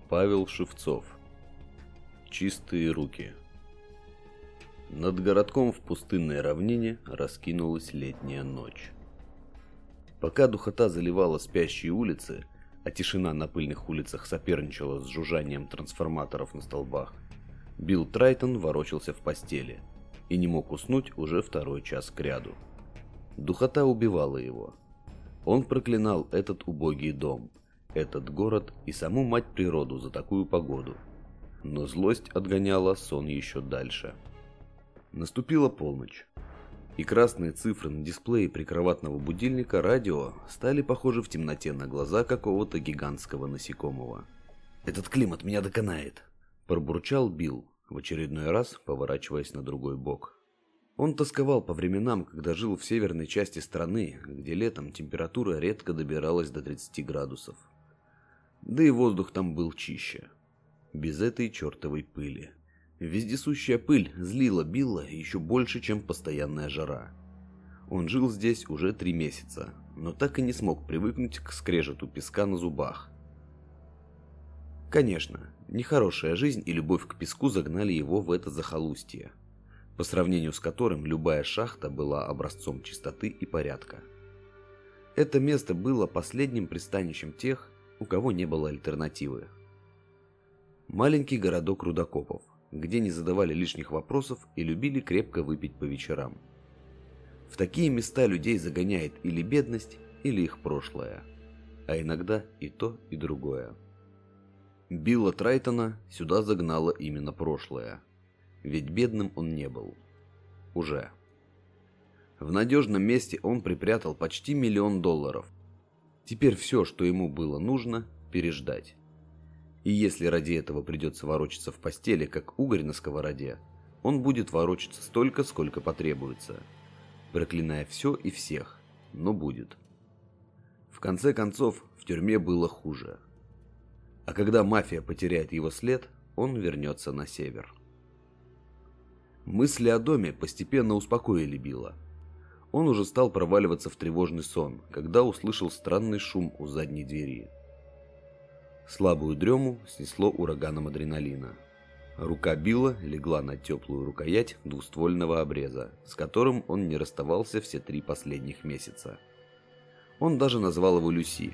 Павел Шевцов. Чистые руки. Над городком в пустынной равнине раскинулась летняя ночь. Пока духота заливала спящие улицы, а тишина на пыльных улицах соперничала с жужжанием трансформаторов на столбах, Билл Трайтон ворочался в постели и не мог уснуть уже второй час кряду. Духота убивала его. Он проклинал этот убогий дом, этот город и саму мать природу за такую погоду. Но злость отгоняла сон еще дальше. Наступила полночь, и красные цифры на дисплее прикроватного будильника радио стали похожи в темноте на глаза какого-то гигантского насекомого. «Этот климат меня доконает», – пробурчал Билл, в очередной раз поворачиваясь на другой бок. Он тосковал по временам, когда жил в северной части страны, где летом температура редко добиралась до 30 градусов. Да и воздух там был чище, без этой чертовой пыли. Вездесущая пыль злила Билла еще больше, чем постоянная жара. Он жил здесь уже 3 месяца, но так и не смог привыкнуть к скрежету песка на зубах. Конечно, нехорошая жизнь и любовь к песку загнали его в это захолустье, по сравнению с которым любая шахта была образцом чистоты и порядка. Это место было последним пристанищем тех, у кого не было альтернативы. Маленький городок рудокопов, где не задавали лишних вопросов и любили крепко выпить по вечерам. В такие места людей загоняет или бедность, или их прошлое, а иногда и то, и другое. Билла Трайтона сюда загнало именно прошлое, ведь бедным он не был. Уже. В надежном месте он припрятал почти $1 миллион. Теперь все, что ему было нужно, переждать. И если ради этого придется ворочаться в постели, как угорь на сковороде, он будет ворочаться столько, сколько потребуется, проклиная все и всех, но будет. В конце концов, в тюрьме было хуже. А когда мафия потеряет его след, он вернется на север. Мысли о доме постепенно успокоили Билла. Он уже стал проваливаться в тревожный сон, когда услышал странный шум у задней двери. Слабую дрему снесло ураганом адреналина. Рука Билла легла на теплую рукоять двуствольного обреза, с которым он не расставался все 3 последних месяца. Он даже назвал его Люси.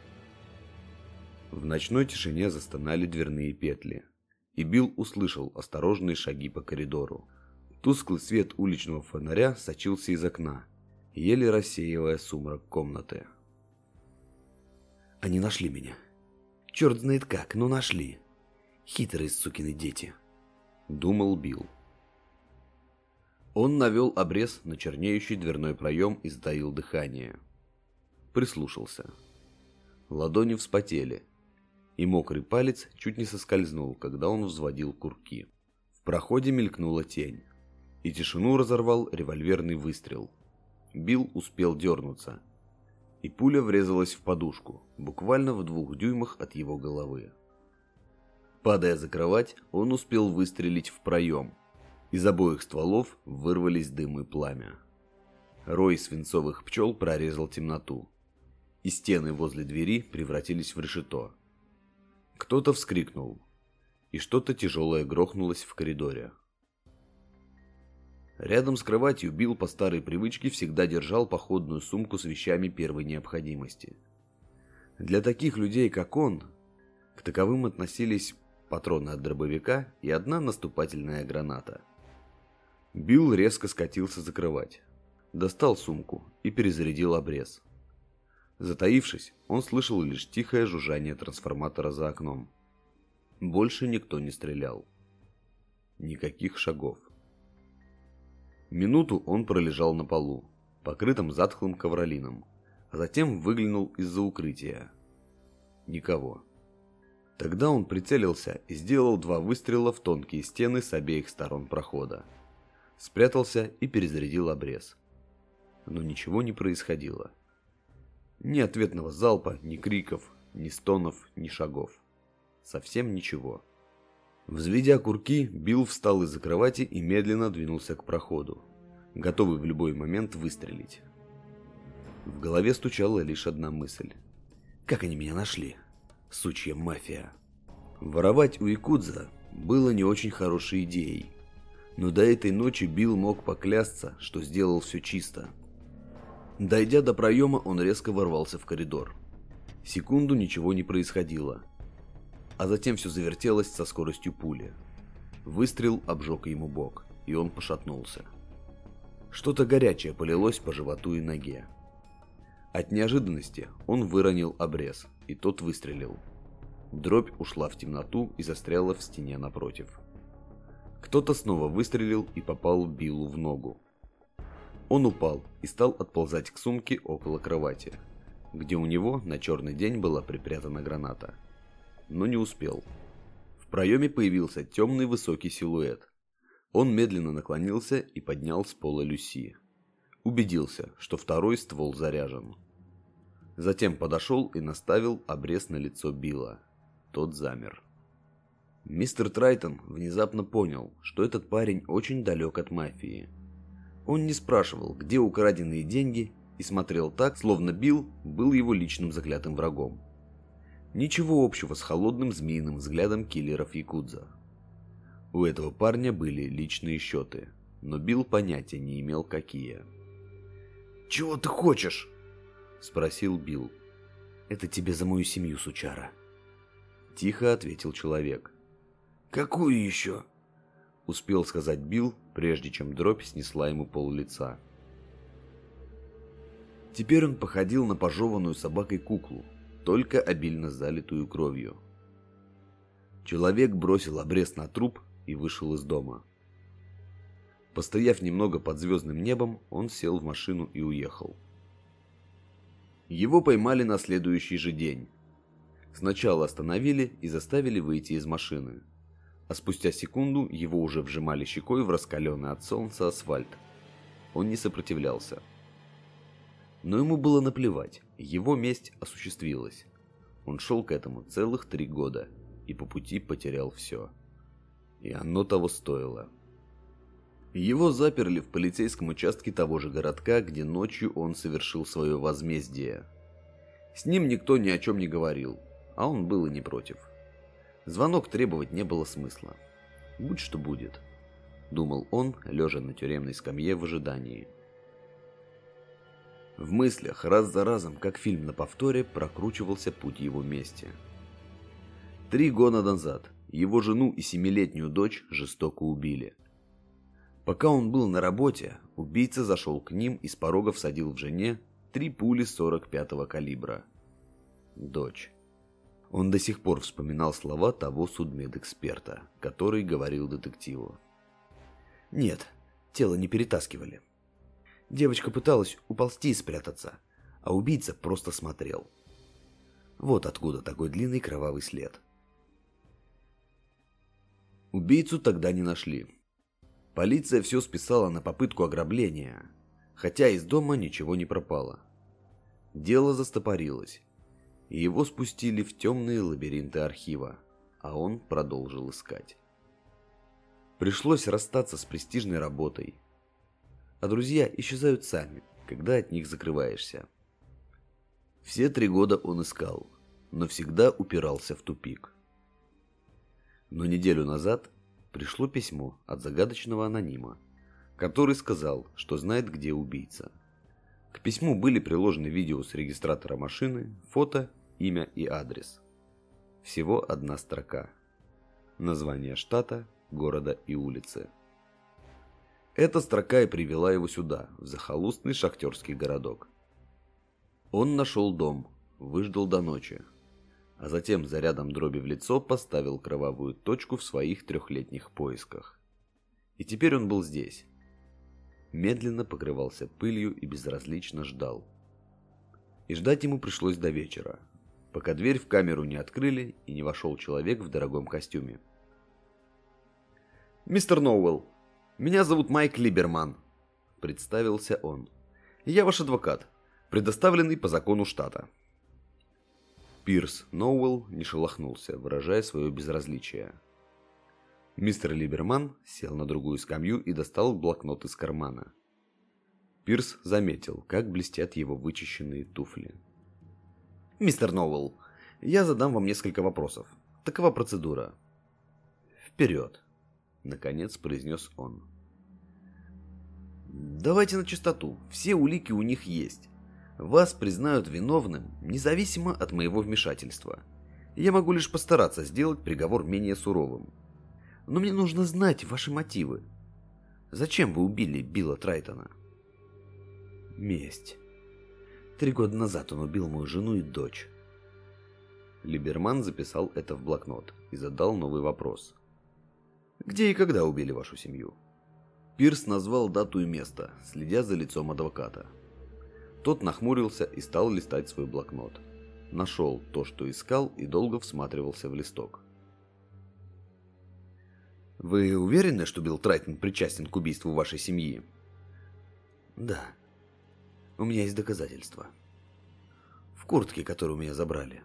В ночной тишине застонали дверные петли, и Билл услышал осторожные шаги по коридору. Тусклый свет уличного фонаря сочился из окна, еле рассеивая сумрак комнаты. «Они нашли меня. Черт знает как, но нашли. Хитрые сукины дети», — думал Билл. Он навел обрез на чернеющий дверной проем и затаил дыхание. Прислушался. Ладони вспотели, и мокрый палец чуть не соскользнул, когда он взводил курки. В проходе мелькнула тень, и тишину разорвал револьверный выстрел. Билл успел дернуться, и пуля врезалась в подушку, буквально в 2 дюймах от его головы. Падая за кровать, он успел выстрелить в проем. Из обоих стволов вырвались дым и пламя. Рой свинцовых пчел прорезал темноту, и стены возле двери превратились в решето. Кто-то вскрикнул, и что-то тяжелое грохнулось в коридоре. Рядом с кроватью Билл по старой привычке всегда держал походную сумку с вещами первой необходимости. Для таких людей, как он, к таковым относились патроны от дробовика и 1 наступательная граната. Билл резко скатился за кровать, достал сумку и перезарядил обрез. Затаившись, он слышал лишь тихое жужжание трансформатора за окном. Больше никто не стрелял. Никаких шагов. Минуту он пролежал на полу, покрытым затхлым ковролином, а затем выглянул из-за укрытия. Никого. Тогда он прицелился и сделал 2 выстрела в тонкие стены с обеих сторон прохода. Спрятался и перезарядил обрез. Но ничего не происходило. Ни ответного залпа, ни криков, ни стонов, ни шагов. Совсем ничего. Взведя курки, Билл встал из-за кровати и медленно двинулся к проходу, готовый в любой момент выстрелить. В голове стучала лишь одна мысль. «Как они меня нашли? Сучья мафия!» Воровать у якудза было не очень хорошей идеей, но до этой ночи Билл мог поклясться, что сделал все чисто. Дойдя до проема, он резко ворвался в коридор. Секунду ничего не происходило, а затем все завертелось со скоростью пули. Выстрел обжег ему бок, и он пошатнулся. Что-то горячее полилось по животу и ноге. От неожиданности он выронил обрез, и тот выстрелил. Дробь ушла в темноту и застряла в стене напротив. Кто-то снова выстрелил и попал Биллу в ногу. Он упал и стал отползать к сумке около кровати, где у него на черный день была припрятана граната. Но не успел. В проеме появился темный высокий силуэт. Он медленно наклонился и поднял с пола Люси. Убедился, что второй ствол заряжен. Затем подошел и наставил обрез на лицо Билла. Тот замер. Мистер Трайтон внезапно понял, что этот парень очень далек от мафии. Он не спрашивал, где украденные деньги, и смотрел так, словно Билл был его личным заклятым врагом. Ничего общего с холодным змеиным взглядом киллеров якудза. У этого парня были личные счеты, но Билл понятия не имел, какие. «Чего ты хочешь?» — спросил Билл. «Это тебе за мою семью, сучара», — тихо ответил человек. «Какую еще?» — успел сказать Билл, прежде чем дробь снесла ему пол-лица. Теперь он походил на пожеванную собакой куклу, только обильно залитую кровью. Человек бросил обрез на труп и вышел из дома. Постояв немного под звездным небом, он сел в машину и уехал. Его поймали на следующий же день. Сначала остановили и заставили выйти из машины, а спустя секунду его уже вжимали щекой в раскаленный от солнца асфальт. Он не сопротивлялся. Но ему было наплевать, его месть осуществилась. Он шел к этому целых 3 года и по пути потерял все. И оно того стоило. Его заперли в полицейском участке того же городка, где ночью он совершил свое возмездие. С ним никто ни о чем не говорил, а он был и не против. Звонок требовать не было смысла. Будь что будет, думал он, лежа на тюремной скамье в ожидании. В мыслях раз за разом, как фильм на повторе, прокручивался путь его мести. 3 года назад его жену и 7-летнюю дочь жестоко убили. Пока он был на работе, убийца зашел к ним и с порога всадил в жене 3 пули 45-го калибра. Дочь. Он до сих пор вспоминал слова того судмедэксперта, который говорил детективу. «Нет, тело не перетаскивали. Девочка пыталась уползти и спрятаться, а убийца просто смотрел. Вот откуда такой длинный кровавый след». Убийцу тогда не нашли. Полиция все списала на попытку ограбления, хотя из дома ничего не пропало. Дело застопорилось, и его спустили в темные лабиринты архива, а он продолжил искать. Пришлось расстаться с престижной работой, а друзья исчезают сами, когда от них закрываешься. Все 3 года он искал, но всегда упирался в тупик. Но неделю назад пришло письмо от загадочного анонима, который сказал, что знает, где убийца. К письму были приложены видео с регистратора машины, фото, имя и адрес. Всего 1 строка. Название штата, города и улицы. Эта строка и привела его сюда, в захолустный шахтерский городок. Он нашел дом, выждал до ночи, а затем зарядом дроби в лицо поставил кровавую точку в своих 3-летних поисках. И теперь он был здесь. Медленно покрывался пылью и безразлично ждал. И ждать ему пришлось до вечера, пока дверь в камеру не открыли и не вошел человек в дорогом костюме. «Мистер Ноуэлл, меня зовут Майк Либерман», — представился он. «Я ваш адвокат, предоставленный по закону штата». Пирс Ноуэлл не шелохнулся, выражая свое безразличие. Мистер Либерман сел на другую скамью и достал блокнот из кармана. Пирс заметил, как блестят его вычищенные туфли. «Мистер Ноуэлл, я задам вам несколько вопросов. Такова процедура. Вперед, наконец произнес он. Давайте на чистоту. Все улики у них есть. Вас признают виновным, независимо от моего вмешательства. Я могу лишь постараться сделать приговор менее суровым. Но мне нужно знать ваши мотивы. Зачем вы убили Билла Трайтона? Месть. 3 года назад он убил мою жену и дочь. Либерман записал это в блокнот и задал новый вопрос. Где и когда убили вашу семью? Пирс назвал дату и место, следя за лицом адвоката. Тот нахмурился и стал листать свой блокнот. Нашел то, что искал, и долго всматривался в листок. Вы уверены, что Билл Трайтон причастен к убийству вашей семьи? Да. У меня есть доказательства. В куртке, которую у меня забрали.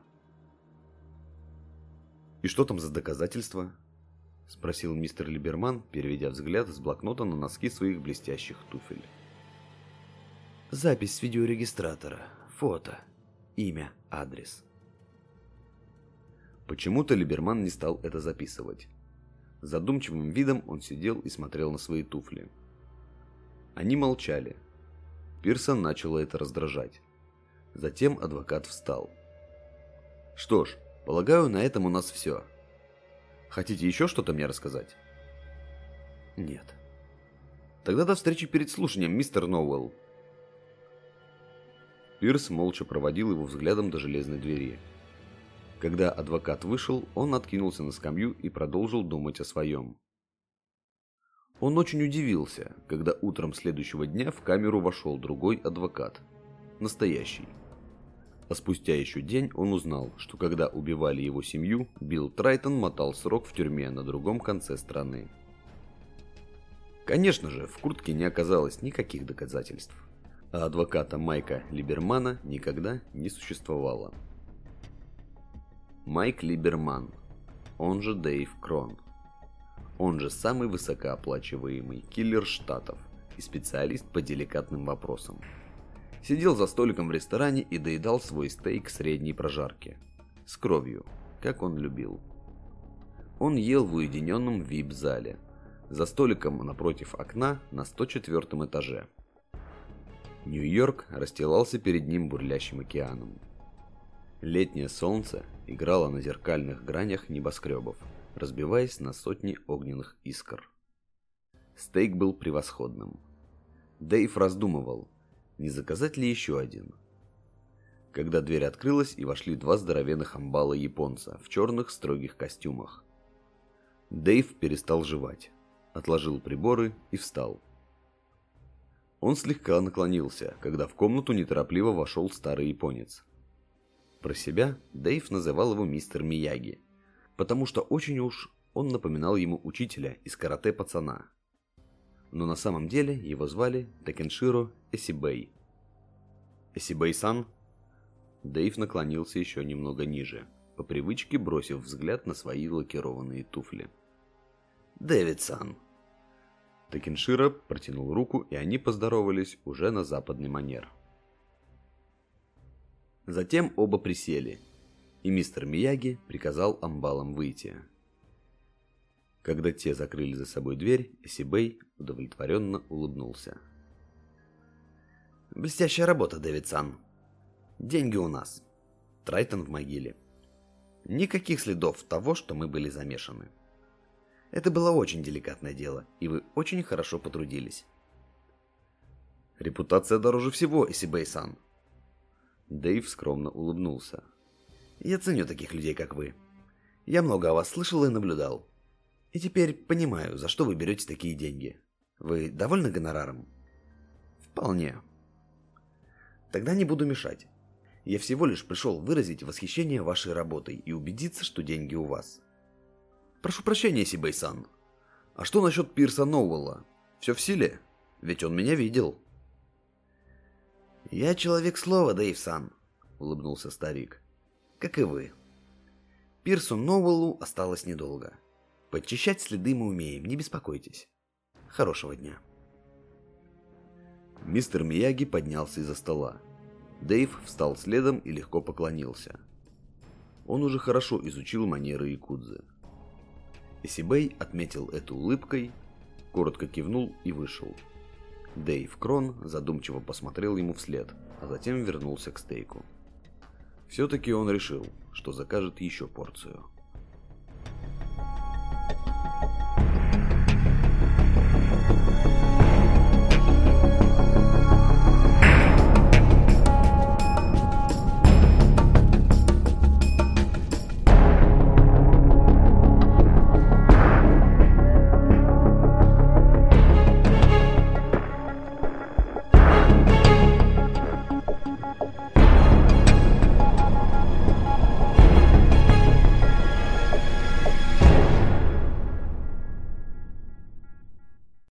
И что там за доказательства? Спросил мистер Либерман, переведя взгляд с блокнота на носки своих блестящих туфель. Запись с видеорегистратора, фото, имя, адрес. Почему-то Либерман не стал это записывать. Задумчивым видом он сидел и смотрел на свои туфли. Они молчали. Пирса начало это раздражать. Затем адвокат встал. «Что ж, полагаю, на этом у нас все. Хотите еще что-то мне рассказать?» «Нет». «Тогда до встречи перед слушанием, мистер Ноуэлл». Пирс молча проводил его взглядом до железной двери. Когда адвокат вышел, он откинулся на скамью и продолжил думать о своем. Он очень удивился, когда утром следующего дня в камеру вошел другой адвокат. Настоящий. А спустя еще день он узнал, что когда убивали его семью, Билл Трайтон мотал срок в тюрьме на другом конце страны. Конечно же, в куртке не оказалось никаких доказательств, а адвоката Майка Либермана никогда не существовало. Майк Либерман, он же Дэйв Крон, он же самый высокооплачиваемый киллер штатов и специалист по деликатным вопросам. Сидел за столиком в ресторане и доедал свой стейк средней прожарки. С кровью, как он любил. Он ел в уединенном вип-зале, за столиком напротив окна на 104-м этаже. Нью-Йорк расстилался перед ним бурлящим океаном. Летнее солнце играло на зеркальных гранях небоскребов, разбиваясь на сотни огненных искр. Стейк был превосходным. Дэйв раздумывал, не заказать ли еще один. Когда дверь открылась и вошли 2 здоровенных амбала японца в черных строгих костюмах. Дэйв перестал жевать, отложил приборы и встал. Он слегка наклонился, когда в комнату неторопливо вошел старый японец. Про себя Дэйв называл его мистер Мияги, потому что очень уж он напоминал ему учителя из карате-пацана. Но на самом деле его звали Такенширо Эсибэй. «Эсибэй-сан?» Дэйв наклонился еще немного ниже, по привычке бросив взгляд на свои лакированные туфли. «Дэвид-сан». Такенширо протянул руку, и они поздоровались уже на западный манер. Затем оба присели, и мистер Мияги приказал амбалам выйти. Когда те закрыли за собой дверь, Эсибэй удовлетворенно улыбнулся. «Блестящая работа, Дэвид-сан. Деньги у нас. Трайтон в могиле. Никаких следов того, что мы были замешаны. Это было очень деликатное дело, и вы очень хорошо потрудились». «Репутация дороже всего, Эсибэй-сан». Дэйв скромно улыбнулся. «Я ценю таких людей, как вы. Я много о вас слышал и наблюдал. И теперь понимаю, за что вы берете такие деньги. Вы довольны гонораром?» «Вполне. Тогда не буду мешать. Я всего лишь пришел выразить восхищение вашей работой и убедиться, что деньги у вас». «Прошу прощения, Эсибэй-сан. А что насчет Пирса Ноуэлла? Все в силе? Ведь он меня видел». «Я человек слова, Дэйв-сан», — улыбнулся старик. «Как и вы. Пирсу Ноуэллу осталось недолго. Подчищать следы мы умеем, не беспокойтесь. Хорошего дня». Мистер Мияги поднялся из-за стола. Дэйв встал следом и легко поклонился. Он уже хорошо изучил манеры якудзы. Исибэй отметил это улыбкой, коротко кивнул и вышел. Дэйв Крон задумчиво посмотрел ему вслед, а затем вернулся к стейку. Все-таки он решил, что закажет еще порцию.